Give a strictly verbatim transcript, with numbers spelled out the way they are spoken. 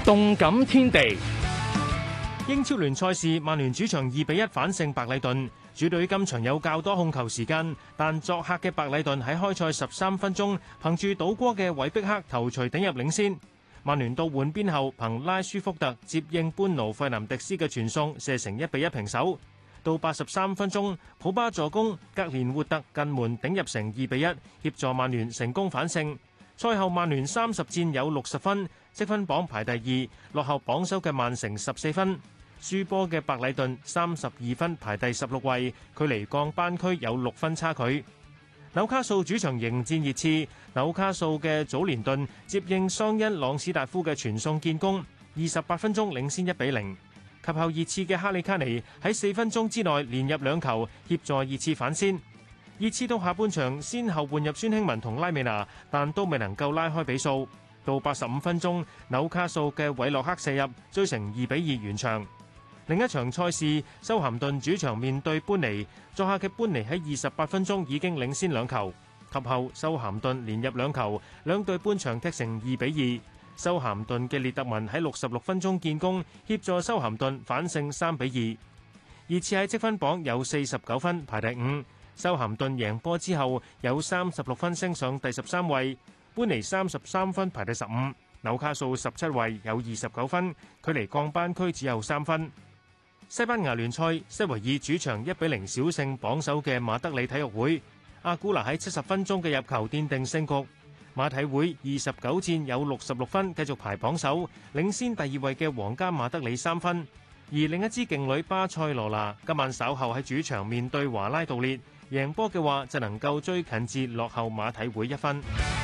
動感天地，英超聯賽事，曼聯主場二比一反勝白禮頓。主隊今場有較多控球時間，但作客嘅白禮頓喺開賽十三分鐘，憑住倒戈嘅韋碧克頭槌頂入領先。曼聯到換邊後，憑拉舒福特接應班奴費南迪斯嘅傳送，射成一比一平手。到八十三分鐘，普巴助攻，格連活特近門頂入成二比一，協助曼聯成功反勝。賽後曼聯三十戰有六十分，積分榜排第二，落後榜首嘅曼城十四分。輸波嘅白禮頓三十二分排第十六位，距離降班區有六分差距。紐卡素主場迎戰熱刺，紐卡素嘅祖連頓接應桑恩朗史達夫嘅傳送建功，二十八分鐘領先一比零。及後熱刺嘅哈利卡尼喺四分鐘之內連入兩球，協助熱刺反先。熱刺到下半場先後換入孫興文同拉美拿，但都未能夠拉開比數。到八十五分鐘，紐卡素嘅韋洛克射入，追成二比二完場。另一場賽事，修咸頓主場面對般尼，作客嘅般尼喺二十八分鐘已經領先兩球。及後修咸頓連入兩球，兩隊半場踢成二比二。修咸頓嘅列特文喺六十六分鐘建功，協助修咸頓反勝三比二。熱刺喺積分榜有四十九分，排第五。修咸頓贏波之後有三十六分，升上第十三位。般尼三十三分，排第十五。紐卡素十七位，有二十九分，距離降班區只有三分。西班牙聯賽，西維爾主場一比零小勝榜首嘅馬德里體育會。阿古拿喺七十分鐘嘅入球奠定勝局。馬體會二十九戰有六十六分，繼續排榜首，領先第二位嘅皇家馬德里三分。而另一支勁旅巴塞羅那今晚稍後喺主場面對華拉道列，贏波嘅話就能夠追近至落後馬體會一分。